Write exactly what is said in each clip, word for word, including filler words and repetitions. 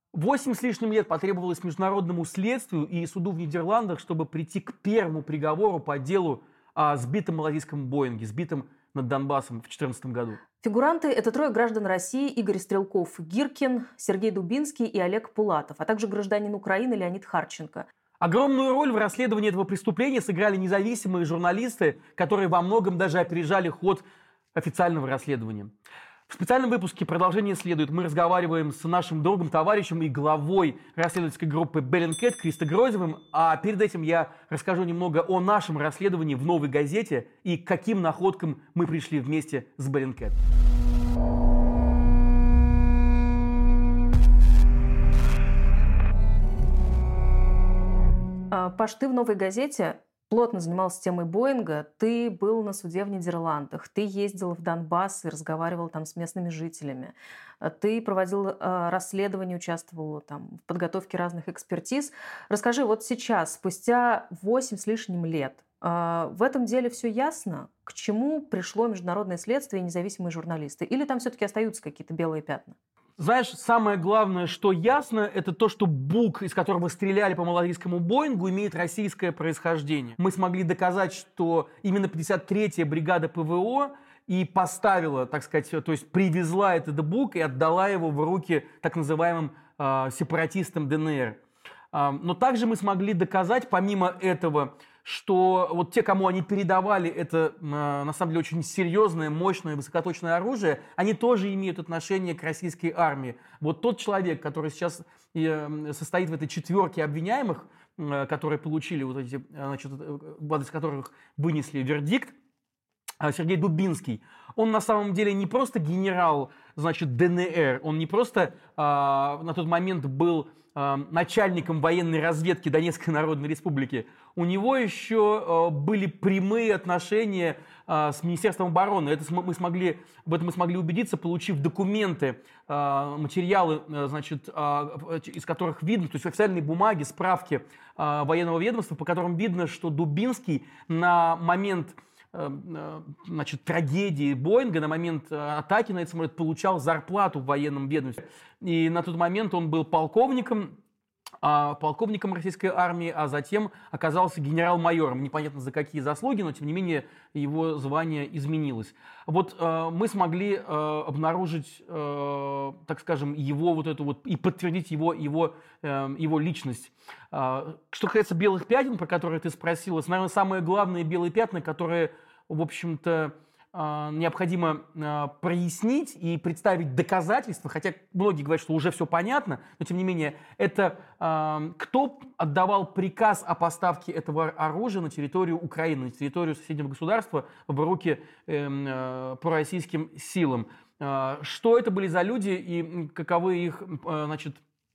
Восемь с лишним лет потребовалось международному следствию и суду в Нидерландах, чтобы прийти к первому приговору по делу о сбитом малазийском Боинге, сбитом над Донбассом в две тысячи четырнадцатом году. Фигуранты – это трое граждан России: Игорь Стрелков-Гиркин, Сергей Дубинский и Олег Пулатов, а также гражданин Украины Леонид Харченко. Огромную роль в расследовании этого преступления сыграли независимые журналисты, которые во многом даже опережали ход официального расследования. В специальном выпуске «Продолжение следует» мы разговариваем с нашим другом, товарищем и главой расследовательской группы Bellingcat Кристо Грозевым. А перед этим я расскажу немного о нашем расследовании в «Новой газете» и к каким находкам мы пришли вместе с Bellingcat. Паш, ты в «Новой газете» плотно занимался темой Боинга, ты был на суде в Нидерландах, ты ездил в Донбасс и разговаривал там с местными жителями, ты проводил э, расследование, участвовал там в подготовке разных экспертиз. Расскажи, вот сейчас, спустя восемь с лишним лет, э, в этом деле все ясно? К чему пришло международное следствие и независимые журналисты? Или там все-таки остаются какие-то белые пятна? Знаешь, самое главное, что ясно, это то, что Бук, из которого стреляли по малазийскому Боингу, имеет российское происхождение. Мы смогли доказать, что именно пятьдесят третья бригада ПВО и поставила, так сказать, то есть привезла этот Бук и отдала его в руки так называемым э, сепаратистам ДНР. Э, но также мы смогли доказать, помимо этого, что вот те, кому они передавали это, на самом деле, очень серьезное, мощное, высокоточное оружие, они тоже имеют отношение к российской армии. Вот тот человек, который сейчас состоит в этой четверке обвиняемых, которые получили, вот эти, значит, в адрес которых вынесли вердикт, Сергей Дубинский, он на самом деле не просто генерал, значит, ДНР, он не просто э, на тот момент был э, начальником военной разведки Донецкой Народной Республики, у него еще э, были прямые отношения э, с Министерством обороны. Это мы смогли, в этом мы смогли убедиться, получив документы, э, материалы, э, значит, э, из которых видно, то есть официальные бумаги, справки э, военного ведомства, по которым видно, что Дубинский на момент значит, трагедии Боинга, на момент атаки на этот самолет получал зарплату в военном ведомстве. И на тот момент он был полковником, полковником российской армии, а затем оказался генерал-майором. Непонятно за какие заслуги, но тем не менее его звание изменилось. Вот э, мы смогли э, обнаружить, э, так скажем, его вот эту вот и подтвердить его, его, э, его личность. Э, что касается белых пятен, про которые ты спросила, наверное, самые главные белые пятна, которые, в общем-то, необходимо прояснить и представить доказательства, хотя многие говорят, что уже все понятно, но тем не менее, это кто отдавал приказ о поставке этого оружия на территорию Украины, на территорию соседнего государства в руки пророссийским силам. Что это были за люди и каковы их, значит,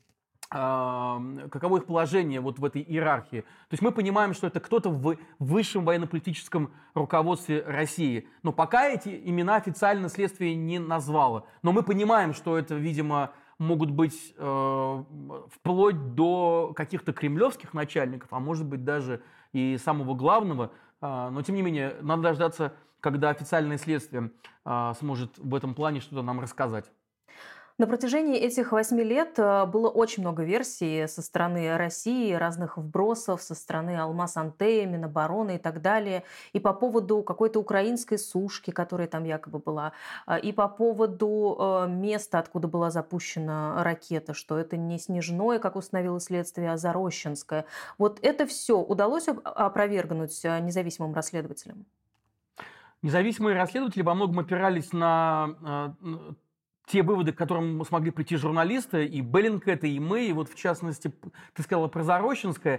каково их положение вот в этой иерархии. То есть мы понимаем, что это кто-то в высшем военно-политическом руководстве России. Но пока эти имена официально следствие не назвало. Но мы понимаем, что это, видимо, могут быть э, вплоть до каких-то кремлевских начальников, а может быть даже и самого главного. Э, но тем не менее, надо дождаться, когда официальное следствие э, сможет в этом плане что-то нам рассказать. На протяжении этих восьми лет было очень много версий со стороны России, разных вбросов, со стороны Алмаз Антея, Минобороны и так далее. И по поводу какой-то украинской сушки, которая там якобы была, и по поводу места, откуда была запущена ракета, что это не Снежное, как установило следствие, а Зарощенское. Вот это все удалось опровергнуть независимым расследователям? Независимые расследователи во многом опирались на те выводы, к которым мы смогли прийти журналисты, и Bellingcat, и мы, и вот в частности, ты сказала про Зарощенское,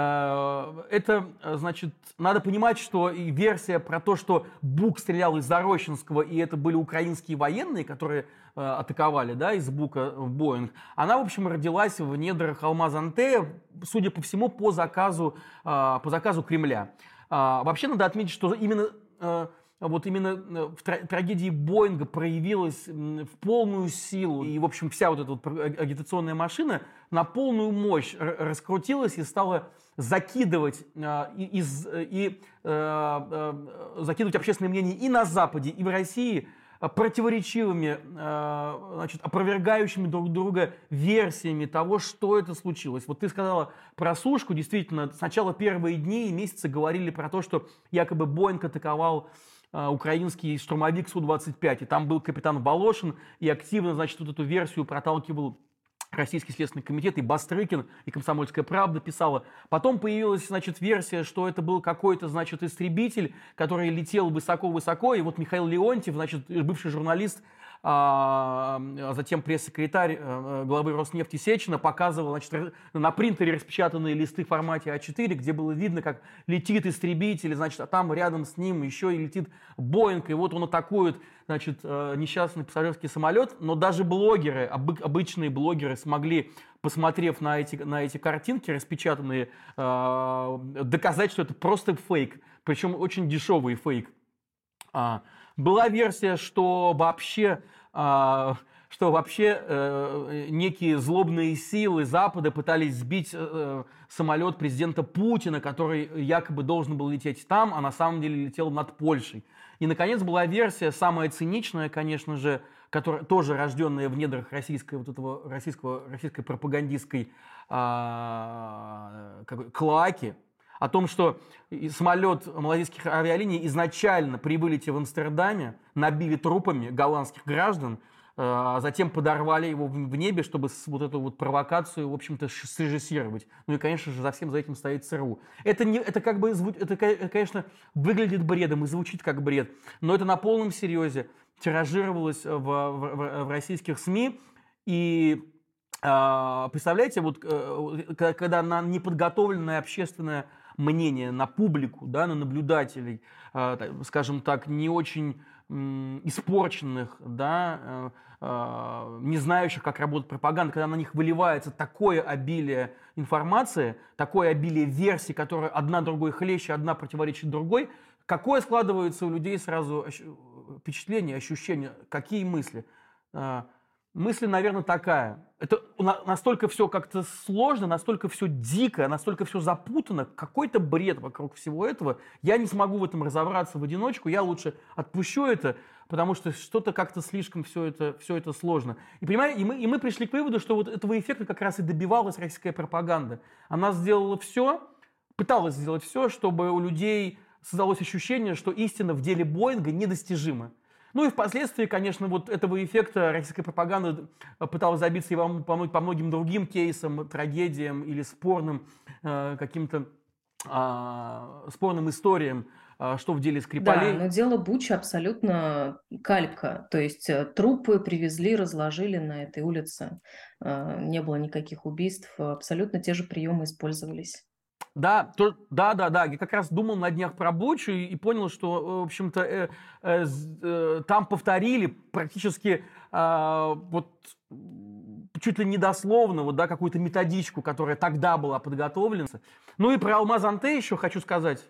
это, значит, надо понимать, что и версия про то, что Бук стрелял из Зарощенского, и это были украинские военные, которые атаковали, да, из Бука в Боинг, она, в общем, родилась в недрах Алмаз Антея, судя по всему, по заказу, по заказу Кремля. Вообще надо отметить, что именно вот именно в трагедии Боинга проявилась в полную силу. И, в общем, вся вот эта вот агитационная машина на полную мощь раскрутилась и стала закидывать, и, и, и, закидывать общественное мнение и на Западе, и в России противоречивыми, значит, опровергающими друг друга версиями того, что это случилось. Вот ты сказала про сушку. Действительно, сначала первые дни и месяцы говорили про то, что якобы Боинг атаковал украинский штурмовик Су двадцать пять. И там был капитан Волошин и активно, значит, вот эту версию проталкивал Российский следственный комитет, и Бастрыкин, и «Комсомольская правда» писала. Потом появилась, значит, версия, что это был какой-то, значит, истребитель, который летел высоко-высоко, и вот Михаил Леонтьев, значит, бывший журналист, а затем пресс-секретарь главы Роснефти Сечина показывал, значит, на принтере распечатанные листы в формате А четыре, где было видно, как летит истребитель, значит, а там рядом с ним еще и летит Боинг, и вот он атакует, значит, несчастный пассажирский самолет. Но даже блогеры, обычные блогеры смогли, посмотрев на эти, на эти картинки распечатанные, доказать, что это просто фейк, причем очень дешевый фейк. Была версия, что вообще, что вообще некие злобные силы Запада пытались сбить самолет президента Путина, который якобы должен был лететь там, а на самом деле летел над Польшей. И, наконец, была версия, самая циничная, конечно же, которая тоже рожденная в недрах российской, вот этого, российского, российской пропагандистской а, как, клоаки, о том, что самолет малазийских авиалиний изначально при вылете в Амстердаме набили трупами голландских граждан, а затем подорвали его в небе, чтобы вот эту вот провокацию, в общем-то, срежиссировать. Ну и, конечно же, за всем за этим стоит ЦРУ. Это, не, это как бы, это, конечно, выглядит бредом и звучит как бред, но это на полном серьезе тиражировалось в, в, в российских СМИ. И представляете, вот когда на неподготовленное общественное мнение, на публику, да, на наблюдателей, скажем так, не очень испорченных, да, не знающих, как работает пропаганда, когда на них выливается такое обилие информации, такое обилие версий, которые одна другой хлеще, одна противоречит другой, какое складывается у людей сразу впечатление, ощущение, какие мысли? Мысль, наверное, такая. Это настолько все как-то сложно, настолько все дико, настолько все запутано, какой-то бред вокруг всего этого. Я не смогу в этом разобраться в одиночку, я лучше отпущу это, потому что что-то как-то слишком все это, все это сложно. И, понимаете, и, мы, и мы пришли к выводу, что вот этого эффекта как раз и добивалась российская пропаганда. Она сделала все, пыталась сделать все, чтобы у людей создалось ощущение, что истина в деле Боинга недостижима. Ну и впоследствии, конечно, вот этого эффекта российская пропаганда пыталась добиться и по, по многим другим кейсам, трагедиям или спорным э, каким-то э, спорным историям, э, что в деле Скрипалей. Да, но дело Бучи абсолютно калька. То есть трупы привезли, разложили на этой улице. Э, не было никаких убийств. Абсолютно те же приемы использовались. Да, то, да, да, да. Я как раз думал на днях про Бучу и, и понял, что, в общем-то, э, э, э, там повторили практически э, вот чуть ли не дословно вот, да, какую-то методичку, которая тогда была подготовлена. Ну и про Алмаз-Антей еще хочу сказать,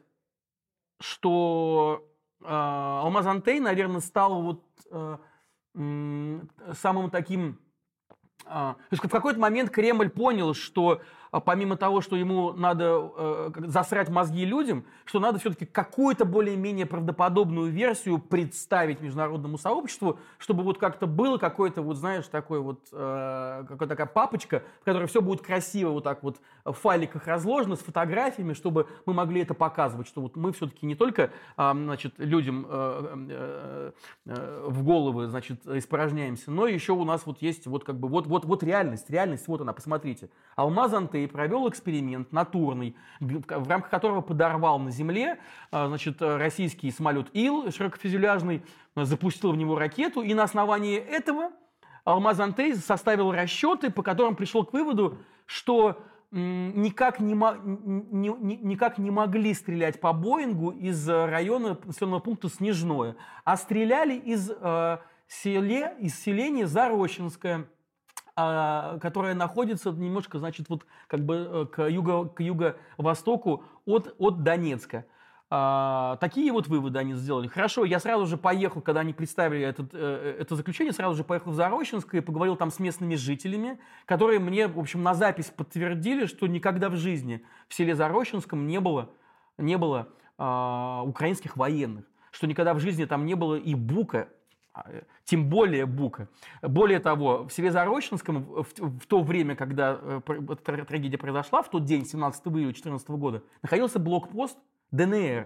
что э, Алмаз-Антей, наверное, стал вот э, э, самым таким... То есть в какой-то момент Кремль понял, что помимо того, что ему надо э, засрать мозги людям, что надо все-таки какую-то более-менее правдоподобную версию представить международному сообществу, чтобы вот как-то было какой-то, вот знаешь, такой вот, э, какая-то такая папочка, в которой все будет красиво вот так вот в файликах разложено, с фотографиями, чтобы мы могли это показывать, что вот мы все-таки не только, э, значит, людям э, э, э, в головы, значит, испражняемся, но еще у нас вот есть вот как бы вот, вот, вот реальность, реальность, вот она, посмотрите. Алмаз-Антей провел эксперимент натурный, в рамках которого подорвал на земле, значит, российский самолет Ил широкофюзеляжный, запустил в него ракету, и на основании этого Алмаз-Антей составил расчеты, по которым пришел к выводу, что никак не, не, никак не могли стрелять по Боингу из района населенного пункта Снежное, а стреляли из, э, селе, из селения Зарощенское, которая находится немножко, значит, вот как бы к, юго, к юго-востоку от, от Донецка. А, такие вот выводы они сделали. Хорошо, я сразу же поехал, когда они представили этот, это заключение, сразу же поехал в Зарощенское и поговорил там с местными жителями, которые мне, в общем, на запись подтвердили, что никогда в жизни в селе Зарощенском не было, не было а, украинских военных, что никогда в жизни там не было и бука, тем более Бука. Более того, в селе Зарощенском в, в то время, когда э, трагедия произошла, в тот день, семнадцатого июля две тысячи четырнадцатого года, находился блокпост Дэ Эн Эр.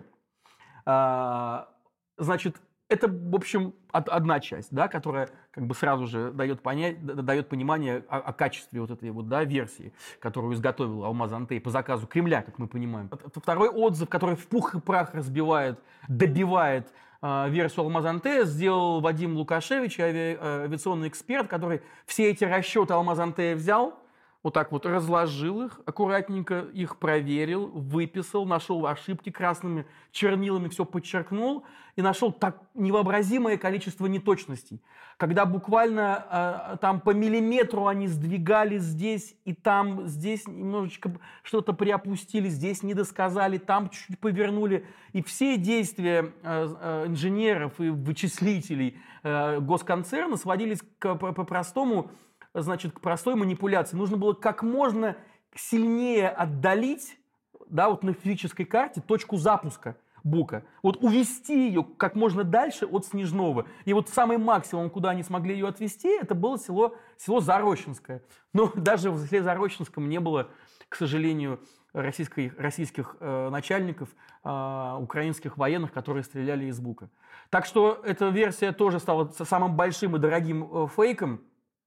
А, значит, это, в общем, одна часть, да, которая как бы сразу же дает, понять, дает понимание о, о качестве вот этой вот, да, версии, которую изготовил Алмаз Антей по заказу Кремля, как мы понимаем. Второй отзыв, который в пух и прах разбивает, добивает э, версию Алмаз Антея, сделал Вадим Лукашевич, ави, авиационный эксперт, который все эти расчеты Алмаз Антея взял, вот так вот разложил их, аккуратненько их проверил, выписал, нашел ошибки красными чернилами, все подчеркнул и нашел так невообразимое количество неточностей. Когда буквально э, там по миллиметру они сдвигали здесь и там, здесь немножечко что-то приопустили, здесь не досказали, там чуть-чуть повернули. И все действия э, э, инженеров и вычислителей э, госконцерна сводились к по-простому, значит, к простой манипуляции. Нужно было как можно сильнее отдалить, да, вот на физической карте точку запуска Бука. Вот увести ее как можно дальше от Снежного. И вот самый максимум, куда они смогли ее отвести, это было село, село Зарощенское. Но даже в селе Зарощенском не было, к сожалению, российской, российских э, начальников, э, украинских военных, которые стреляли из Бука. Так что эта версия тоже стала самым большим и дорогим э, фейком.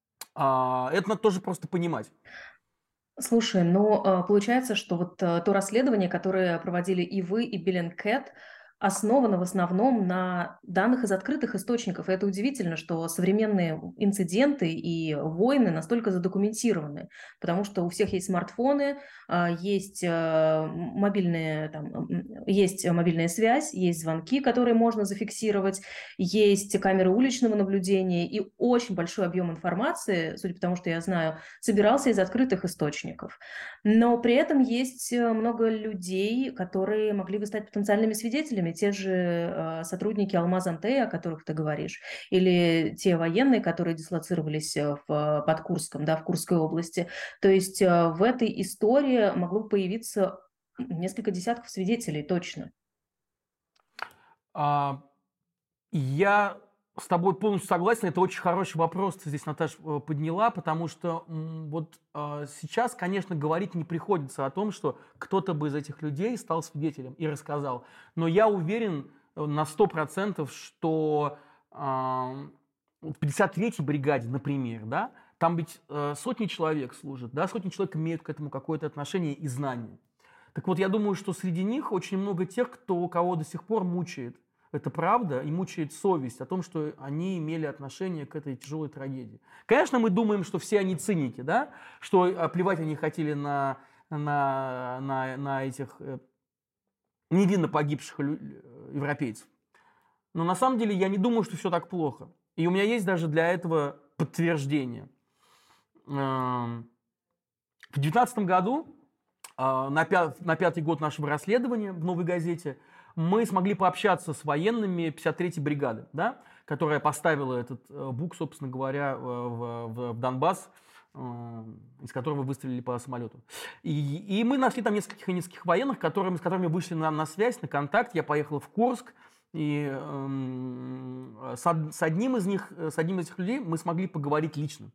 Это надо тоже просто понимать. Слушай, ну, получается, что вот то расследование, которое проводили и вы, и Bellingcat, основано в основном на данных из открытых источников. И это удивительно, что современные инциденты и войны настолько задокументированы, потому что у всех есть смартфоны, есть мобильные, там, есть мобильная связь, есть звонки, которые можно зафиксировать, есть камеры уличного наблюдения, и очень большой объем информации, судя по тому, что я знаю, собирался из открытых источников. Но при этом есть много людей, которые могли бы стать потенциальными свидетелями, те же э, сотрудники Алмаз Антея, о которых ты говоришь, или те военные, которые дислоцировались в, под Курском, да, в Курской области. То есть э, в этой истории могло появиться несколько десятков свидетелей точно. А, я с тобой полностью согласен. Это очень хороший вопрос ты здесь, Наташа, подняла, потому что вот э, сейчас, конечно, говорить не приходится о том, что кто-то бы из этих людей стал свидетелем и рассказал. Но я уверен на сто процентов, что э, в пятьдесят третьей бригаде, например, да, там ведь э, сотни человек служат, да, сотни человек имеют к этому какое-то отношение и знание. Так вот, я думаю, что среди них очень много тех, кто, кого до сих пор мучает это правда, и мучает совесть о том, что они имели отношение к этой тяжелой трагедии. Конечно, мы думаем, что все они циники, да? Что плевать они хотели на, на, на, на этих э, невинно погибших европейцев. Но на самом деле я не думаю, что все так плохо. И у меня есть даже для этого подтверждение. В две тысячи девятнадцатом году, на, пят, на пятый год нашего расследования в «Новой газете», мы смогли пообщаться с военными пятьдесят третьей бригады, да, которая поставила этот э, Бук, собственно говоря, в, в, в Донбасс, э, из которого выстрелили по самолету. И, и мы нашли там нескольких нескольких военных, которыми, с которыми вышли на, на связь, на контакт. Я поехал в Курск, и э, с, с, одним из них, с одним из этих людей мы смогли поговорить лично.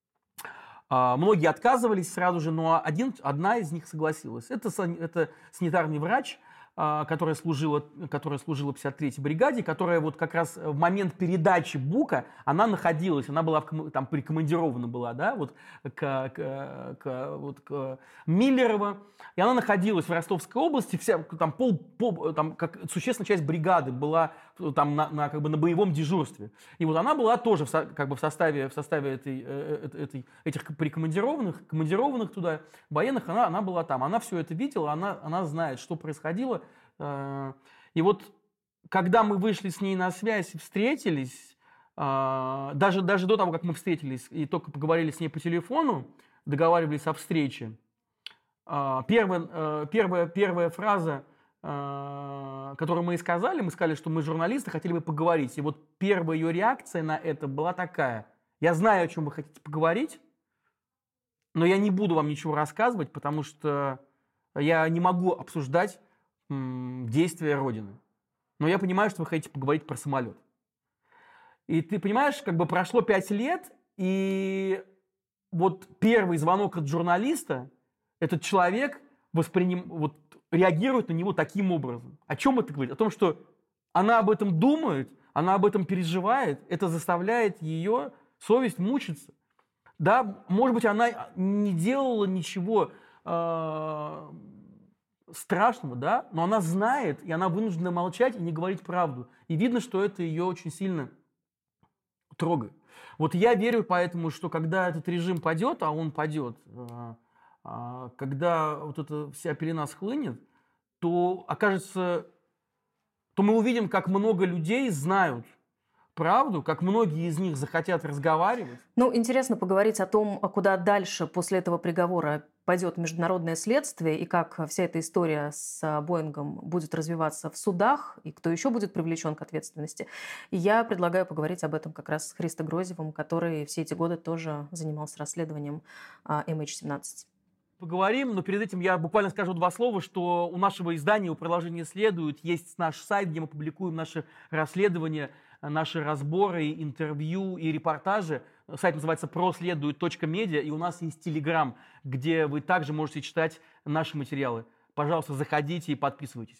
Э, многие отказывались сразу же, но один, одна из них согласилась. Это, это санитарный врач, которая служила, которая служила в пятьдесят третьей бригаде, которая вот как раз в момент передачи Бука, она находилась, она была в, там прикомандирована была, да, вот к, к, к, вот к Миллерово, и она находилась в Ростовской области, вся, там, пол, пол, там как существенная часть бригады была там на, на, как бы на боевом дежурстве. И вот она была тоже в, как бы в составе, в составе этой, этой, этих прикомандированных, командированных туда военных, она, она была там, она все это видела, она, она знает, что происходило. И вот когда мы вышли с ней на связь и встретились, даже, даже до того, как мы встретились и только поговорили с ней по телефону, договаривались о встрече, первая, первая, первая фраза, которую мы и сказали, мы сказали, что мы журналисты, хотели бы поговорить. И вот первая ее реакция на это была такая: я знаю, о чем вы хотите поговорить, но я не буду вам ничего рассказывать, потому что я не могу обсуждать действия Родины. Но я понимаю, что вы хотите поговорить про самолет. И ты понимаешь, как бы прошло пять лет, и вот первый звонок от журналиста, этот человек восприним... вот, реагирует на него таким образом. О чем это говорит? О том, что она об этом думает, она об этом переживает, это заставляет ее совесть мучиться. Да, может быть, она не делала ничего э, страшного, да, но она знает, и она вынуждена молчать и не говорить правду. И видно, что это ее очень сильно трогает. Вот я верю поэтому, что когда этот режим падет, а он падет, э, э, когда вот эта вся пелена схлынет, то окажется, то мы увидим, как много людей знают правду, как многие из них захотят разговаривать. Ну, интересно поговорить о том, а куда дальше после этого приговора пойдет международное следствие и как вся эта история с Боингом будет развиваться в судах и кто еще будет привлечен к ответственности. И я предлагаю поговорить об этом как раз с Христо Грозевым, который все эти годы тоже занимался расследованием эм эйч семнадцать. Поговорим, но перед этим я буквально скажу два слова, что у нашего издания, у «Продолжения следует» есть наш сайт, где мы публикуем наши расследования, наши разборы, интервью и репортажи. Сайт называется проследует точка медиа, и у нас есть Телеграм, где вы также можете читать наши материалы. Пожалуйста, заходите и подписывайтесь.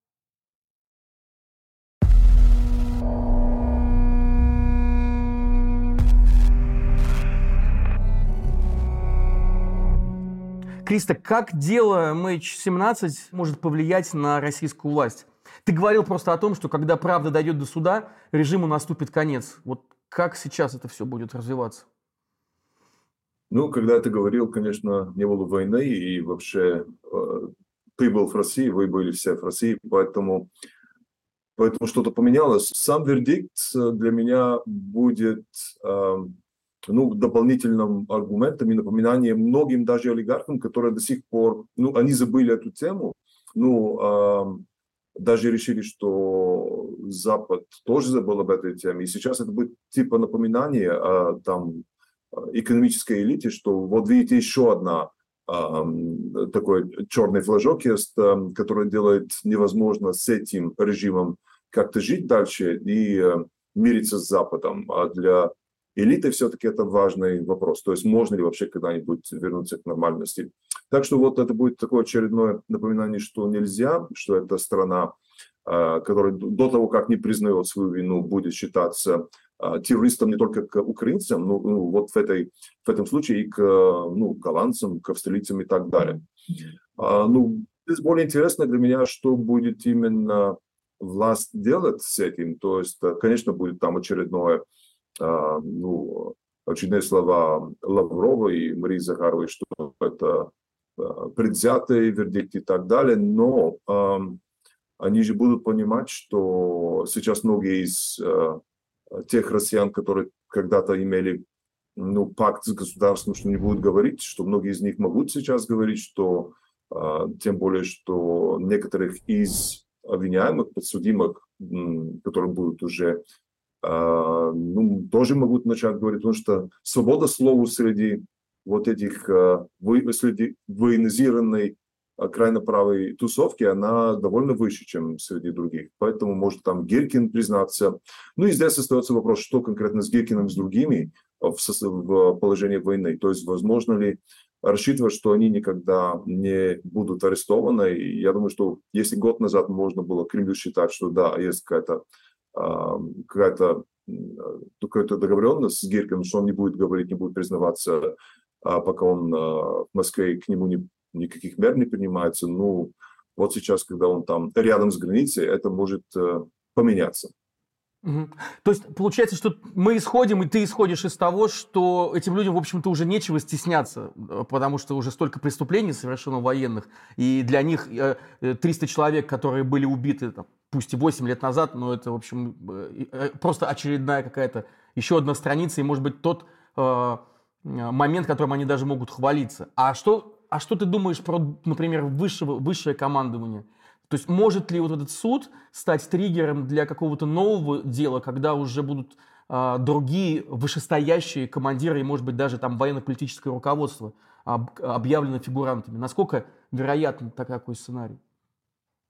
Христо, как дело эм эйч семнадцать может повлиять на российскую власть? Ты говорил просто о том, что когда правда дойдет до суда, режиму наступит конец. Вот как сейчас это все будет развиваться? Ну, когда ты говорил, конечно, не было войны, и вообще э, ты был в России, вы были все в России, поэтому, поэтому что-то поменялось. Сам вердикт для меня будет э, ну, дополнительным аргументом и напоминанием многим даже олигархам, которые до сих пор, ну, они забыли эту тему, ну, э, даже решили, что Запад тоже забыл об этой теме. И сейчас это будет типа напоминание о там, экономической элите, что вот видите, еще одна э, такой черный флажок есть, э, который делает невозможно с этим режимом как-то жить дальше и э, мириться с Западом. А для элиты все-таки это важный вопрос. То есть можно ли вообще когда-нибудь вернуться к нормальности. Так что вот это будет такое очередное напоминание, что нельзя, что эта страна, которая до того, как не признает свою вину, будет считаться террористом не только к украинцам, но ну, вот в, этой, в этом случае и к ну, голландцам, к австралийцам и так далее. А, ну, здесь более интересно для меня, что будет именно власть делать с этим. То есть, конечно, будет там очередное Uh, ну, очередные слова Лаврова и Марии Захаровой, что это uh, предвзятый вердикт и так далее, но uh, они же будут понимать, что сейчас многие из uh, тех россиян, которые когда-то имели ну, пакт с государством, что не будут говорить, что многие из них могут сейчас говорить, что uh, тем более, что некоторых из обвиняемых, подсудимых, которые будут уже Uh, ну, тоже могут начать говорить, потому что свобода слова среди вот этих, uh, вы, среди военизированной uh, крайне правой тусовки, она довольно выше, чем среди других. Поэтому может там Гиркин признаться. Ну и здесь остается вопрос, что конкретно с Гиркиным, с другими в, в положении войны. То есть возможно ли рассчитывать, что они никогда не будут арестованы. И я думаю, что если год назад можно было Кремлю считать, что да, есть какая-то какая-то какая-то договоренность с Гиркиным, что он не будет говорить, не будет признаваться, пока он в Москве к нему не, никаких мер не принимается. Ну, вот сейчас, когда он там рядом с границей, это может поменяться. Угу. То есть получается, что мы исходим, и ты исходишь из того, что этим людям, в общем-то, уже нечего стесняться, потому что уже столько преступлений совершено военных, и для них триста человек, которые были убиты, там, пусть и восемь лет назад, но это, в общем, просто очередная какая-то еще одна страница, и, может быть, тот э, момент, которым они даже могут хвалиться. А что, а что ты думаешь про, например, высшего, высшее командование? То есть может ли вот этот суд стать триггером для какого-то нового дела, когда уже будут э, другие вышестоящие командиры и, может быть, даже там военно-политическое руководство об, объявлено фигурантами? Насколько вероятен такой сценарий?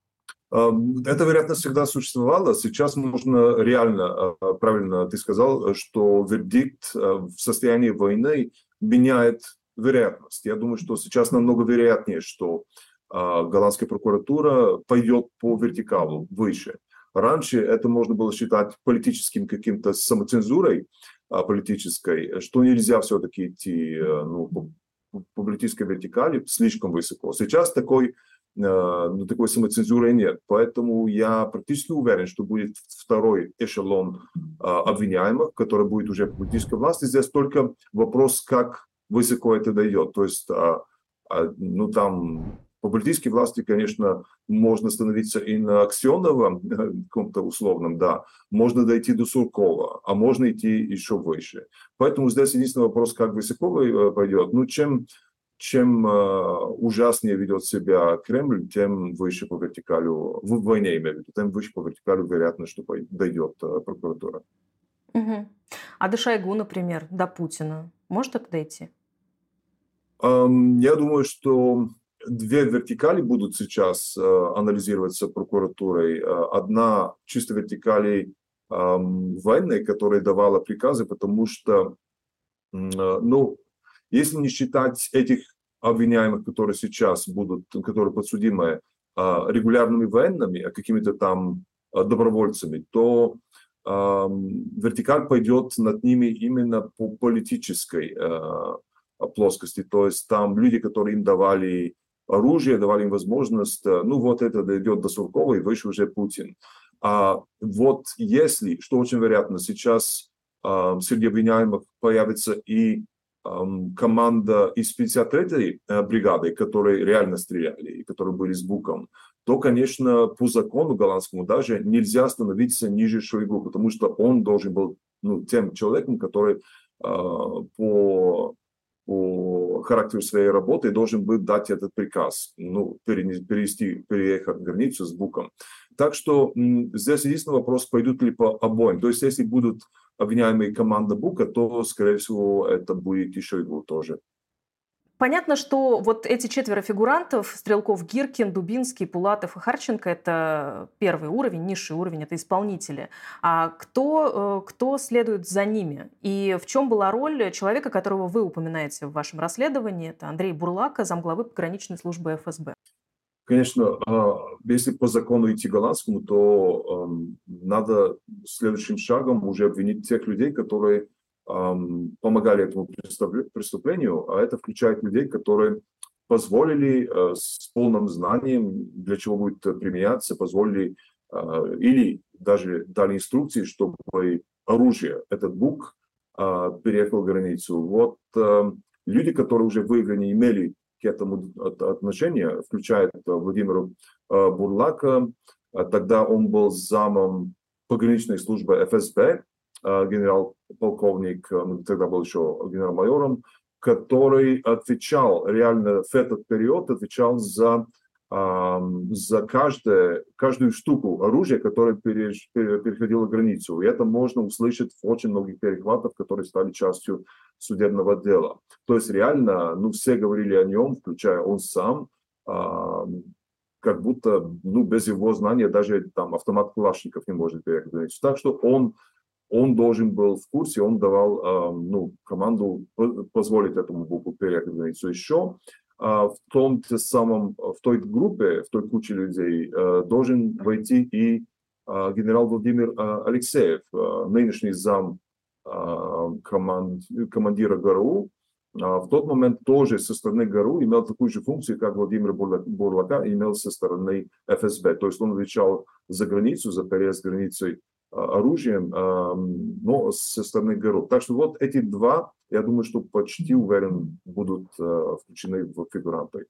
Эта вероятность всегда существовала. Сейчас можно реально, правильно ты сказал, что вердикт в состоянии войны меняет вероятность. Я думаю, что сейчас намного вероятнее, что голландская прокуратура пойдет по вертикалу выше. Раньше это можно было считать политическим каким-то самоцензурой политической, что нельзя все-таки идти ну, по, по политической вертикали слишком высоко. Сейчас такой, ну, такой самоцензуры нет. Поэтому я практически уверен, что будет второй эшелон обвиняемых, который будет уже политической власти. Здесь только вопрос, как высоко это дойдет. То есть, ну там... По политической власти, конечно, можно становиться и на Аксенова, каком-то условном, да, можно дойти до Суркова, а можно идти еще выше. Поэтому здесь единственный вопрос, как высоко пойдет. Ну, чем, чем uh, ужаснее ведет себя Кремль, тем выше по вертикалю, в войне имею в виду, тем выше по вертикалю вероятно, что дойдет uh, прокуратура. Угу. А до Шойгу, например, до Путина, может это дойти? Um, я думаю, что две вертикали будут сейчас э, анализироваться прокуратурой. Одна чисто вертикали э, военной, которая давала приказы, потому что, э, ну, если не считать этих обвиняемых, которые сейчас будут, которые подсудимы, э, регулярными военными, а какими-то там э, добровольцами, то э, вертикаль пойдет над ними именно по политической э, плоскости. То есть там люди, которые им давали оружие, давали им возможность, ну вот это дойдет до Суркова и выше уже Путин. А вот если, что очень вероятно, сейчас э, среди обвиняемых появится и э, команда из пятьдесят третьей бригады, которые реально стреляли и которые были с Буком, то, конечно, по закону голландскому даже нельзя становиться ниже Шойгу, потому что он должен был, ну, тем человеком, который э, по... по характеру своей работы должен был дать этот приказ, ну, перевести, переехать границу с Буком. Так что м, здесь единственный вопрос, пойдут ли по обоим. То есть, если будут обвиняемые команда Бука, то, скорее всего, это будет еще и тоже. Понятно, что вот эти четверо фигурантов, Стрелков, Гиркин, Дубинский, Пулатов и Харченко, это первый уровень, низший уровень, это исполнители. А кто, кто следует за ними? И в чем была роль человека, которого вы упоминаете в вашем расследовании? Это Андрей Бурлака, замглавы пограничной службы эф эс бэ. Конечно, если по закону идти голландскому, то надо следующим шагом уже обвинить тех людей, которые помогали этому преступлению, а это включает людей, которые позволили с полным знанием, для чего будет применяться, позволили или даже дали инструкции, чтобы оружие, этот Бук, переехал границу. Вот люди, которые уже в Выгоне имели к этому отношения, включая Владимира Бурлака, тогда он был замом пограничной службы эф эс бэ, генерал-полковник, тогда был еще генерал-майором, который отвечал, реально в этот период отвечал за, за каждое, каждую штуку оружия, которое переходило границу. И это можно услышать в очень многих перехватах, которые стали частью судебного дела. То есть реально, ну, все говорили о нем, включая он сам, как будто, ну, без его знания даже там автомат Калашников не может переехать границу. Так что он Он должен был в курсе, он давал э, ну, команду позволить этому Буку переехать границу. Еще э, в том самом, в той группе, в той куче людей э, должен войти и э, генерал Владимир э, Алексеев, э, нынешний зам э, команд, командира ГРУ. Э, в тот момент тоже со стороны ГРУ имел такую же функцию, как Владимир Бурлака имел со стороны эф эс бэ. То есть он отвечал за границу, за переезд границей оружием, но со стороны ГРУ. Так что вот эти два, я думаю, что почти уверен, будут включены в фигуранты.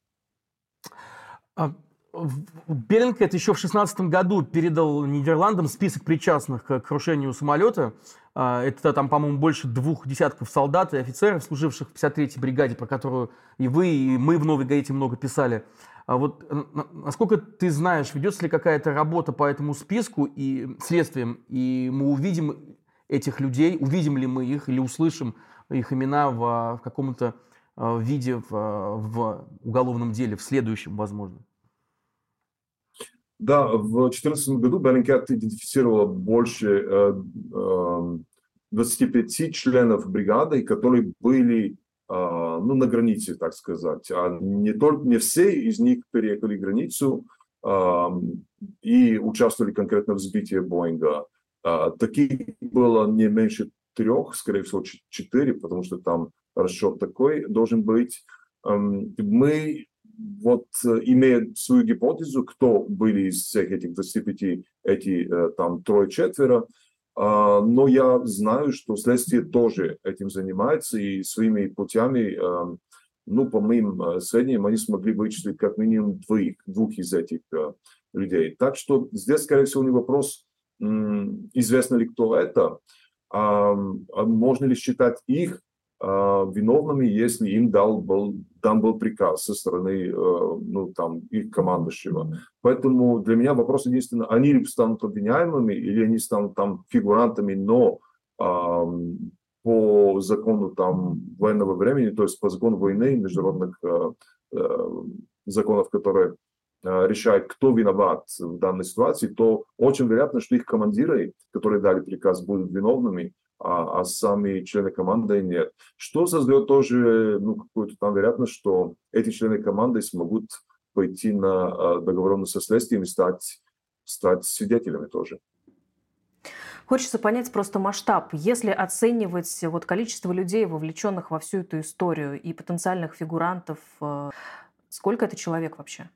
Беллингкет еще в шестнадцатом году передал Нидерландам список причастных к крушению самолета. Это там, по-моему, больше двух десятков солдат и офицеров, служивших в пятьдесят третьей бригаде, про которую и вы, и мы в «Новой газете» много писали. А вот насколько ты знаешь, ведется ли какая-то работа по этому списку и следствиям, и мы увидим этих людей, увидим ли мы их или услышим их имена в, в каком-то виде в, в уголовном деле, в следующем, возможно? Да, в две тысячи четырнадцатом году Bellingcat идентифицировала больше э, э, двадцати пяти членов бригады, которые были э, ну, на границе, так сказать. А не, только, не все из них переехали границу э, и участвовали конкретно в сбитии Боинга. Э, таких было не меньше трех, скорее всего, четыре, потому что там расчет такой должен быть. Э, мы Вот, имея свою гипотезу, кто были из всех этих двадцати пяти, эти там трое-четверо, но я знаю, что следствие тоже этим занимается, и своими путями, ну, по моим сведениям, они смогли вычислить как минимум двоих, двух из этих людей. Так что здесь, скорее всего, не вопрос, известно ли кто это, а можно ли считать их виновными, если им дал был, дан был приказ со стороны ну, там, их командующего. Поэтому для меня вопрос единственно, они ли станут обвиняемыми, или они станут там фигурантами, но э, по закону там, военного времени, то есть по закону войны, международных э, э, законов, которые э, решают, кто виноват в данной ситуации, то очень вероятно, что их командиры, которые дали приказ, будут виновными, А, а сами члены команды нет. Что создает тоже ну, какую-то там вероятность, что эти члены команды смогут пойти на а, договоренность со следствием и стать, стать свидетелями тоже. Хочется понять просто масштаб. Если оценивать вот количество людей, вовлеченных во всю эту историю, и потенциальных фигурантов, сколько это человек вообще?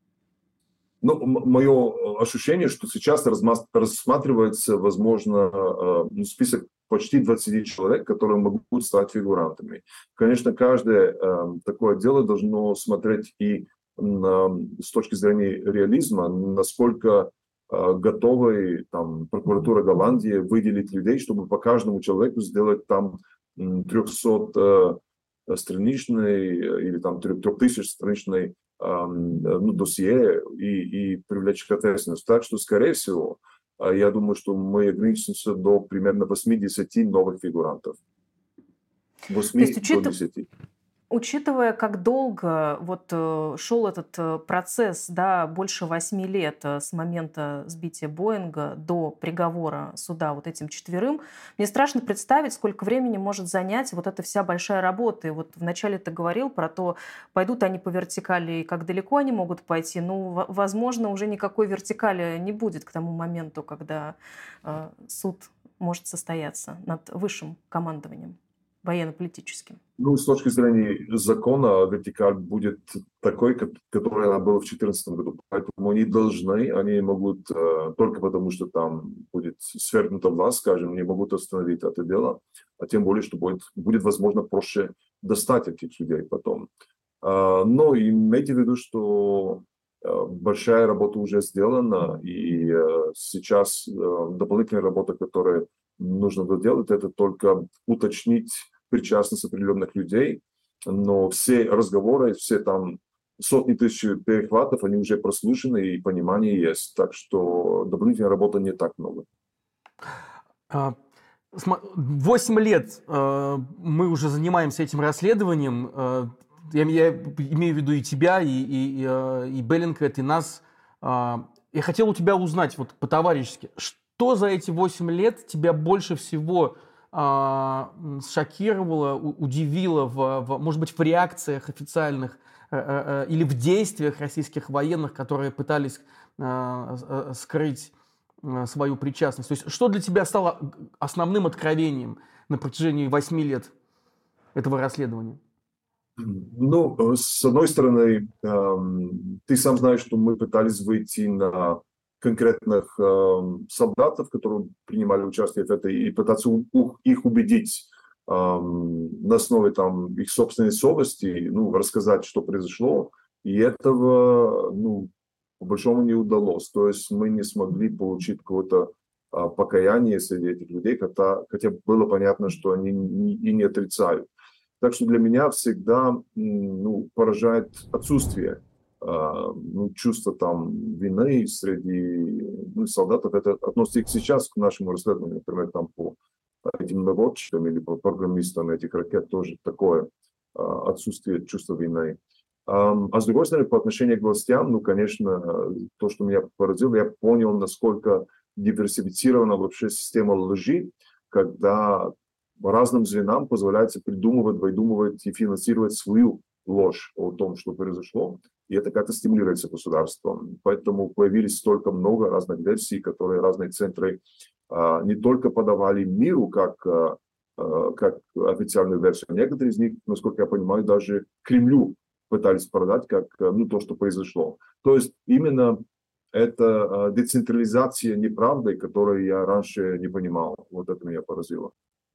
Ну, мое ощущение, что сейчас рассматривается, возможно, ну, список почти двадцати человек, которые могут стать фигурантами. Конечно, каждое э, такое дело должно смотреть и на, с точки зрения реализма, насколько э, готовы там, прокуратура Голландии выделить людей, чтобы по каждому человеку сделать там трехсотстраничный или там трехтысячстраничный э, ну, досье и, и привлечь к ответственности. Так что, скорее всего, я думаю, что мы ограничимся до примерно восьмидесяти новых фигурантов. восьми до десяти. Учитывая, как долго вот шел этот процесс, да, больше восьми лет с момента сбития Боинга до приговора суда вот этим четверым, мне страшно представить, сколько времени может занять вот эта вся большая работа. И вот вначале ты говорил про то, пойдут они по вертикали и как далеко они могут пойти. Ну, возможно, уже никакой вертикали не будет к тому моменту, когда э, суд может состояться над высшим командованием военно-политическим. Ну, с точки зрения закона, вертикаль будет такой, который она была в две тысячи четырнадцатом году. Поэтому они должны, они могут, только потому что там будет свергнута власть, скажем, не могут остановить это дело, а тем более, что будет, будет возможно, проще достать этих людей потом. Но имейте в виду, что большая работа уже сделана, и сейчас дополнительная работа, которую нужно доделать, это только уточнить причастность определенных людей, но все разговоры, все там сотни тысяч перехватов, они уже прослушаны и понимание есть. Так что дополнительной работы не так много. Восемь лет мы уже занимаемся этим расследованием. Я, я имею в виду и тебя, и, и, и Bellingcat, и нас. Я хотел у тебя узнать вот по-товарищески, что за эти восемь лет тебя больше всего шокировало, удивило, в, в, может быть, в реакциях официальных э, э, или в действиях российских военных, которые пытались э, скрыть э, свою причастность? То есть что для тебя стало основным откровением на протяжении восьми лет этого расследования? Ну, с одной стороны, э, ты сам знаешь, что мы пытались выйти на конкретных э, солдатов, которые принимали участие в этой, и пытаться у, у, их убедить э, на основе там, их собственной совести, ну, рассказать, что произошло. И этого, ну, по большому не удалось. То есть мы не смогли получить какое-то э, покаяние среди этих людей, хотя, хотя было понятно, что они не, и не отрицают. Так что для меня всегда ну, поражает отсутствие ну, чувство там вины среди ну, солдатов. Это относится и сейчас к нашему расследованию, например, там по этим наводчикам или по программистам этих ракет тоже такое отсутствие чувства вины. А с другой стороны, по отношению к властям, ну, конечно, то, что меня поразило, я понял, насколько диверсифицирована вообще система лжи, когда разным звенам позволяется придумывать, выдумывать и финансировать свою ложь о том, что произошло, и это как-то стимулируется государством. Поэтому появились столько много разных версий, которые разные центры а, не только подавали миру как, а, как официальную версию, некоторые из них, насколько я понимаю, даже Кремлю пытались продать как ну, то, что произошло. То есть именно это децентрализация неправды, которую я раньше не понимал. Вот это меня поразило.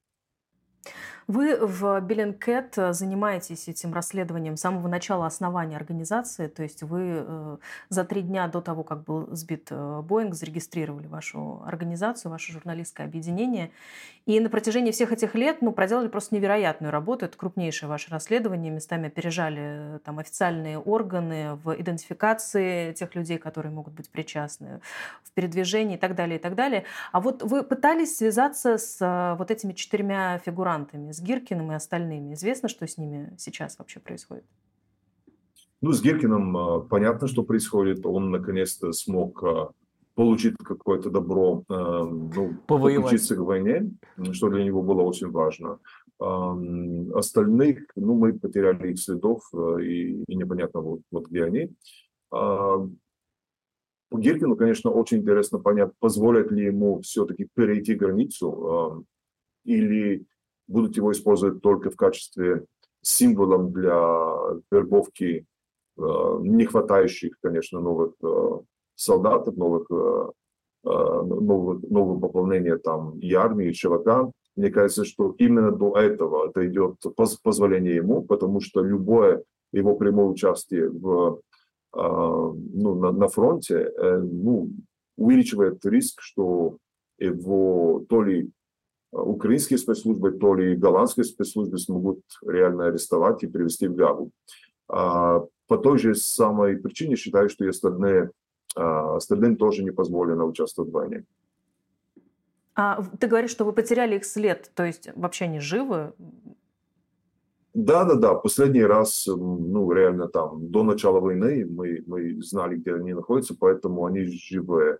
Вы в Bellingcat занимаетесь этим расследованием с самого начала основания организации, то есть вы э, за три дня до того, как был сбит э, Боинг, зарегистрировали вашу организацию, ваше журналистское объединение, и на протяжении всех этих лет ну, проделали просто невероятную работу. Это крупнейшее ваше расследование, местами опережали э, там, официальные органы в идентификации тех людей, которые могут быть причастны, в передвижении и так далее, и так далее. А вот вы пытались связаться с э, вот этими четырьмя фигурантами, с Гиркиным и остальными. Известно, что с ними сейчас вообще происходит? Ну, с Гиркиным понятно, что происходит. Он наконец-то смог получить какое-то добро, ну, подключиться к войне, что для него было очень важно. Остальных, ну, мы потеряли их следов, и, и непонятно, вот, вот где они. По Гиркину, конечно, очень интересно понять, позволят ли ему все-таки перейти границу, или будут его использовать только в качестве символом для вербовки э, не хватающих, конечно, новых э, солдат, новых, э, новых, нового пополнения там и армии, и ЧВК. Мне кажется, что именно до этого дойдет позволение ему, потому что любое его прямое участие в, э, ну, на, на фронте э, ну, увеличивает риск, что его то ли украинские спецслужбы, то ли голландские спецслужбы смогут реально арестовать и привести в Гаагу. А по той же самой причине считаю, что и остальные, остальным тоже не позволено участвовать в войне. А ты говоришь, что вы потеряли их след, то есть вообще они живы? Да, да, да. Последний раз, ну, реально там, до начала войны мы, мы знали, где они находятся, поэтому они живые.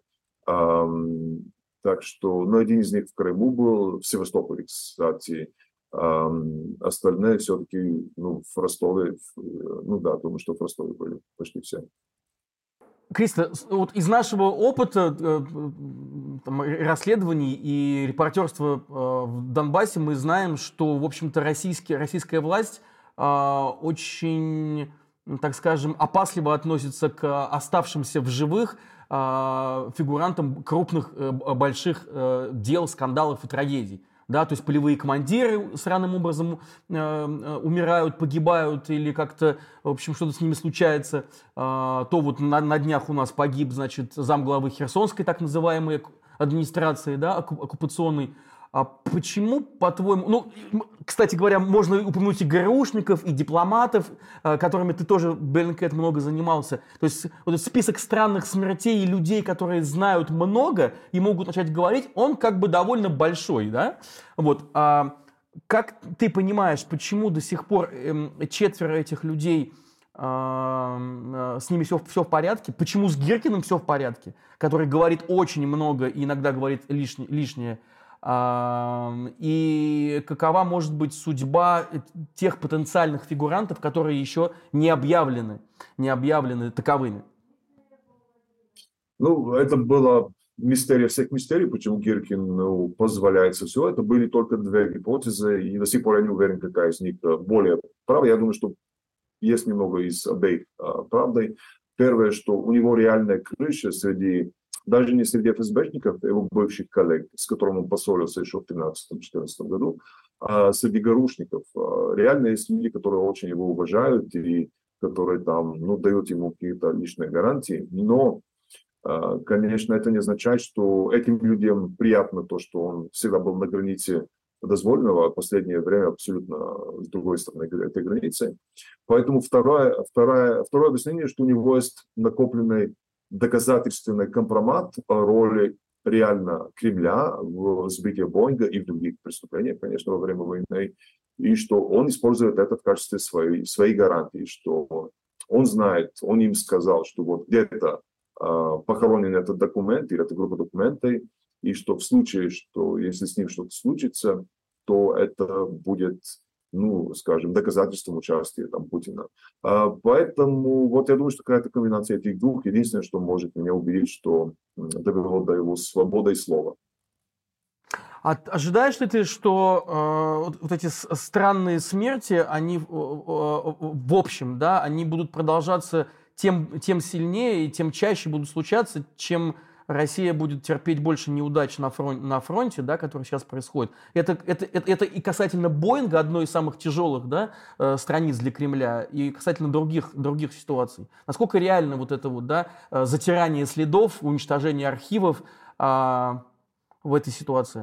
Так что, ну, один из них в Крыму был, в Севастополе, кстати. Остальные все-таки, ну, в Ростове, ну да, думаю, что в Ростове были почти все. Криста, вот из нашего опыта там, расследований и репортерства в Донбассе мы знаем, что, в общем-то, российские, российская власть очень, так скажем, опасливо относится к оставшимся в живых фигурантам крупных, больших дел, скандалов и трагедий. Да, то есть полевые командиры странным образом э, умирают, погибают или как-то, в общем, что-то с ними случается. Э, то вот на, на днях у нас погиб, значит, замглавы Херсонской так называемой администрации, да, оккупационной. А почему, по-твоему... Ну, кстати говоря, можно упомянуть и ГРУшников, и дипломатов, которыми ты тоже, Bellingcat, много занимался. То есть вот этот список странных смертей и людей, которые знают много и могут начать говорить, он как бы довольно большой, да? Вот. А как ты понимаешь, почему до сих пор четверо этих людей, с ними все, все в порядке? Почему с Гиркиным все в порядке? Который говорит очень много и иногда говорит лишнее, лишнее. И какова может быть судьба тех потенциальных фигурантов, которые еще не объявлены, не объявлены таковыми? Ну, это было мистерия всех мистерий, почему Гиркин ну, позволяется все. Это были только две гипотезы, и до сих пор я не уверен, какая из них более права. Я думаю, что есть немного из обеих а, правдой. Первое, что у него реальная крыша среди... Даже не среди эф эс бэшников, его бывших коллег, с которыми он поссорился еще в две тысячи тринадцатом-две тысячи четырнадцатом году, а среди ГРУшников. Реально есть люди, которые очень его уважают и которые там, ну, дают ему какие-то личные гарантии. Но, конечно, это не означает, что этим людям приятно то, что он всегда был на границе дозволенного, а в последнее время абсолютно с другой стороны этой границы. Поэтому второе, второе, второе объяснение, что у него есть накопленный доказательственный компромат о роли реально Кремля в сбитии Боинга и в других преступлениях, конечно, во время войны, и что он использует это в качестве своей, своей гарантии, что он знает, он им сказал, что вот где-то э, похоронен этот документ или эта группа документов, и что в случае, что если с ним что-то случится, то это будет, ну, скажем, доказательством участия там, Путина. А, поэтому вот я думаю, что какая-то комбинация этих двух, единственное, что может меня убедить, что довело до его свободы слова. А ожидаешь ли ты, что э, вот, вот эти странные смерти, они э, в общем, да, они будут продолжаться тем, тем сильнее и тем чаще будут случаться, чем Россия будет терпеть больше неудач на фронте, на фронте, да, который сейчас происходит. Это, это, это, это и касательно Боинга, одной из самых тяжелых, да, э, страниц для Кремля, и касательно других, других ситуаций. Насколько реально вот это вот, да, затирание следов, уничтожение архивов э, в этой ситуации?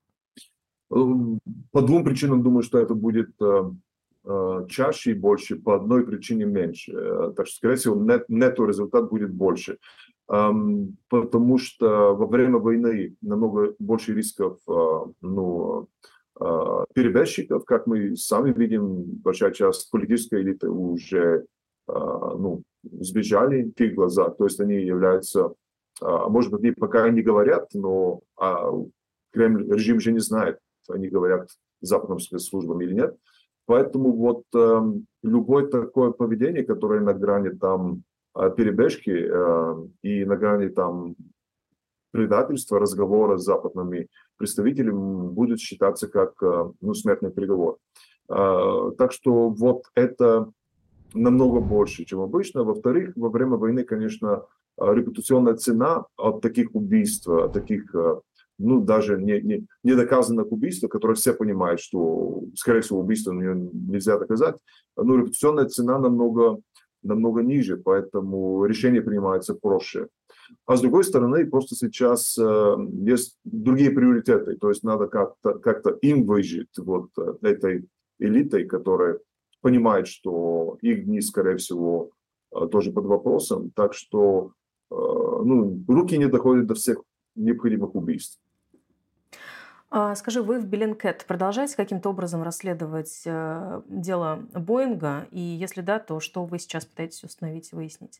По двум причинам думаю, что это будет э, э, чаще и больше, по одной причине меньше. Э, так что, скорее всего, нет, нету результат будет больше. Эм, потому что во время войны намного больше рисков э, ну, э, перебежчиков, как мы сами видим, большая часть политической элиты уже э, ну, сбежали в их глазах. То есть они являются, э, может быть, они пока не говорят, но э, Кремль, режим же не знает, они говорят западным спецслужбам или нет. Поэтому вот э, любое такое поведение, которое на грани там перебежки э, и на грани там предательства, разговора с западными представителями будет считаться как э, ну, смертный приговор. Э, так что вот это намного больше, чем обычно. Во-вторых, во время войны, конечно, репутационная цена от таких убийств, от таких ну, даже не, не, не доказанных убийств, которые все понимают, что, скорее всего, убийство нельзя доказать, но репутационная цена намного, намного ниже, поэтому решение принимается проще. А с другой стороны, просто сейчас э, есть другие приоритеты, то есть надо как-то, как-то им выжить, вот этой элитой, которая понимает, что их дни, скорее всего, э, тоже под вопросом, так что э, ну, руки не доходят до всех необходимых убийств. Скажи, вы в Bellingcat продолжаете каким-то образом расследовать э, дело Боинга? И если да, то что вы сейчас пытаетесь установить и выяснить?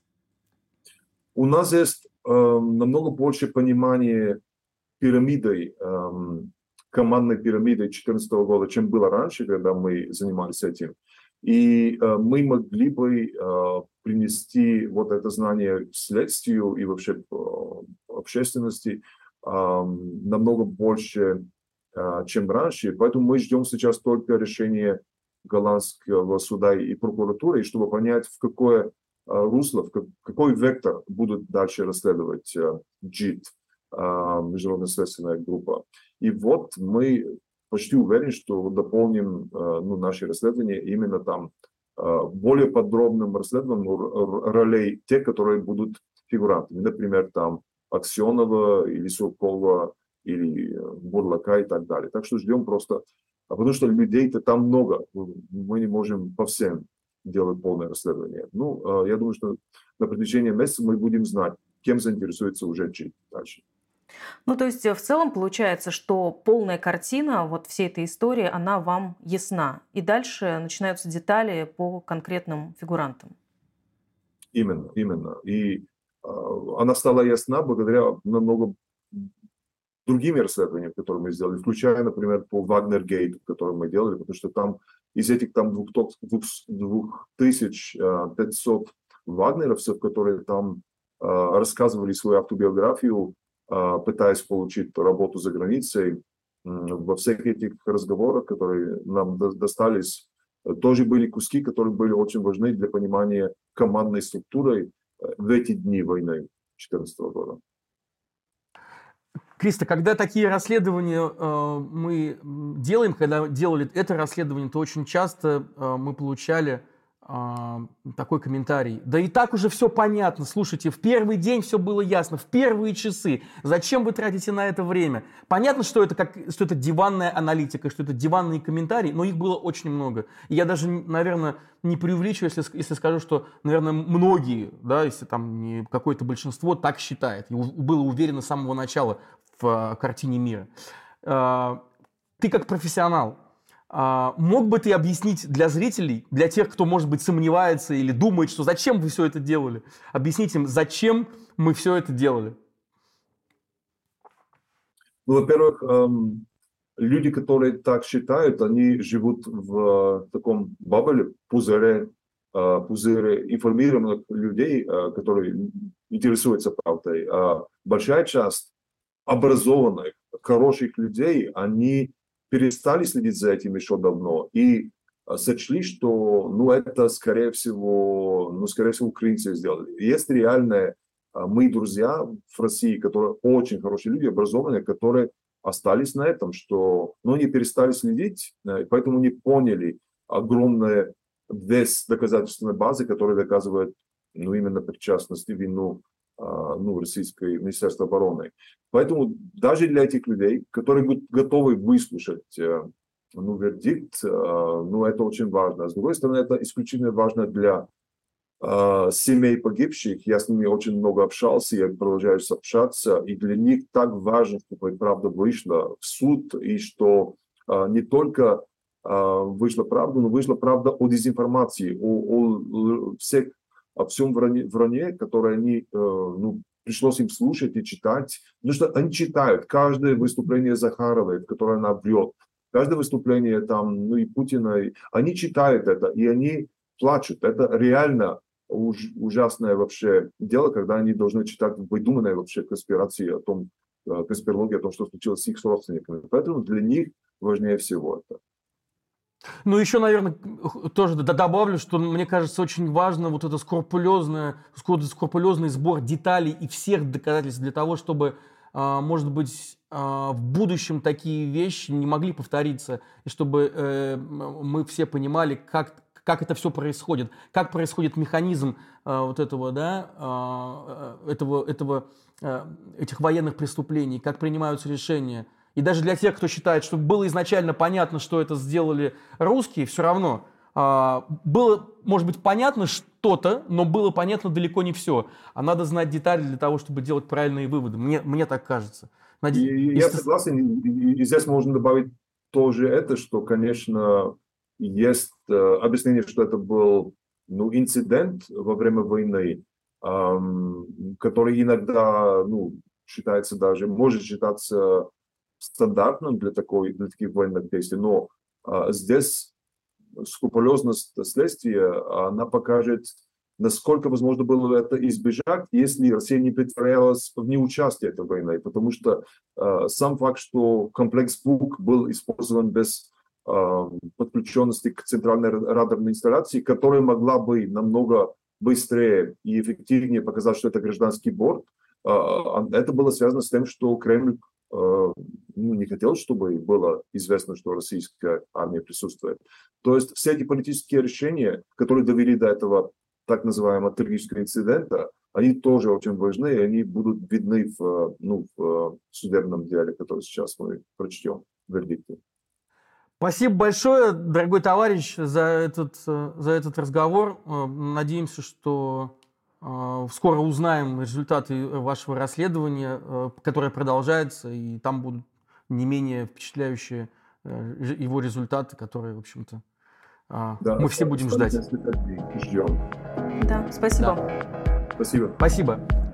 У нас есть э, намного больше понимания пирамидой, э, командной пирамидой две тысячи четырнадцатого года, чем было раньше, когда мы занимались этим. И э, мы могли бы э, принести вот это знание следствию и вообще э, общественности э, намного больше, э, чем раньше. Поэтому мы ждем сейчас только решения голландского суда и прокуратуры, чтобы понять, в какое русло, в какой вектор будут дальше расследовать джит, международная следственная группа. И вот мы почти уверены, что дополним ну, наши расследования именно там более подробным расследованием ролей тех, которые будут фигурантами. Например, там Аксенова или Суркова или Бурлака и так далее. Так что ждем просто, а потому что людей-то там много, мы не можем по всем делать полное расследование. Ну, я думаю, что на протяжении месяца мы будем знать, кем заинтересуется уже джит дальше. Ну, то есть в целом получается, что полная картина вот всей этой истории, она вам ясна. И дальше начинаются детали по конкретным фигурантам. Именно, именно. И э, она стала ясна благодаря намного другими расследованиями, которые мы сделали, включая, например, по Вагнер-гейту, который мы делали, потому что там из этих там двух тысяч пятисот вагнеровцев, которые там э, рассказывали свою автобиографию, э, пытаясь получить работу за границей, э, во всех этих разговорах, которые нам до- достались, э, тоже были куски, которые были очень важны для понимания командной структуры э, в эти дни войны две тысячи четырнадцатого года. Криста, когда такие расследования э, мы делаем, когда делали это расследование, то очень часто э, мы получали э, такой комментарий. Да и так уже все понятно. Слушайте, в первый день все было ясно, в первые часы. Зачем вы тратите на это время? Понятно, что это, как, что это диванная аналитика, что это диванные комментарии, но их было очень много. И я даже, наверное, не преувеличиваю, если, если скажу, что, наверное, многие, да, если там не какое-то большинство, так считает. И было уверено с самого начала в картине мира. Ты как профессионал, Мог бы ты объяснить для зрителей, для тех, кто, может быть, сомневается или думает, что зачем вы все это делали, объяснить им, зачем мы все это делали? Ну, во-первых, эм, люди, которые так считают, они живут в таком бабле, пузыре, э, пузыре информированных людей, э, которые интересуются правдой. А большая часть образованных, хороших людей, они перестали следить за этим еще давно и сочли, что, ну, это, скорее всего, ну, скорее всего, украинцы сделали. Есть реальные мои друзья в России, которые очень хорошие люди, образованные, которые остались на этом, что, ну, они перестали следить, и поэтому не поняли огромный вес доказательственной базы, которая доказывает, ну, именно причастность и вину, ну, российской Министерства обороны. Поэтому даже для этих людей, которые готовы выслушать, ну, вердикт, ну, это очень важно. С другой стороны, это исключительно важно для э, семей погибших. Я с ними очень много общался, я продолжаю общаться, и для них так важно, чтобы правда вышла в суд, и что э, не только э, вышла правда, но вышла правда о дезинформации, о, о всех, о всем вранье, вранье, которое они, э, ну, пришлось им слушать и читать. Потому что они читают каждое выступление Захаровой, в которое она врет. Каждое выступление там, ну, и Путина, и они читают это, и они плачут. Это реально уж, ужасное вообще дело, когда они должны читать выдуманные вообще конспирации о том, конспирологии о том, что случилось с их родственниками. Поэтому для них важнее всего это. Ну, еще, наверное, тоже добавлю, что, мне кажется, очень важно вот это скрупулезное, скрупулезный сбор деталей и всех доказательств для того, чтобы, может быть, в будущем такие вещи не могли повториться, и чтобы мы все понимали, как, как это все происходит, как происходит механизм вот этого, да, этого, этого, этих военных преступлений, как принимаются решения. И даже для тех, кто считает, что было изначально понятно, что это сделали русские, все равно а, было, может быть, понятно что-то, но было понятно далеко не все. А надо знать детали для того, чтобы делать правильные выводы. Мне, мне так кажется. Наде... И, я согласен. И, и здесь можно добавить тоже это, что, конечно, есть э, объяснение, что это был, ну, инцидент во время войны, эм, который иногда, ну, считается даже, может считаться стандартным для, такой, для таких военных действий, но а, здесь скрупулезность следствия, она покажет, насколько возможно было это избежать, если Россия не притворялась в неучастие этой войны, потому что а, сам факт, что комплекс БУК был использован без а, подключенности к центральной радарной инсталляции, которая могла бы намного быстрее и эффективнее показать, что это гражданский борт, а, это было связано с тем, что Кремль ну, не хотел, чтобы было известно, что российская армия присутствует. То есть все эти политические решения, которые довели до этого так называемого трагического инцидента, они тоже очень важны, и они будут видны в, ну, в судебном деле, который сейчас мы прочтем в вердикте. Спасибо большое, дорогой товарищ, за этот, за этот разговор. Надеемся, что скоро узнаем результаты вашего расследования, которое продолжается, и там будут не менее впечатляющие его результаты, которые, в общем-то, да, мы все будем ждать. Ждем. Да, спасибо. Да. Спасибо. Спасибо.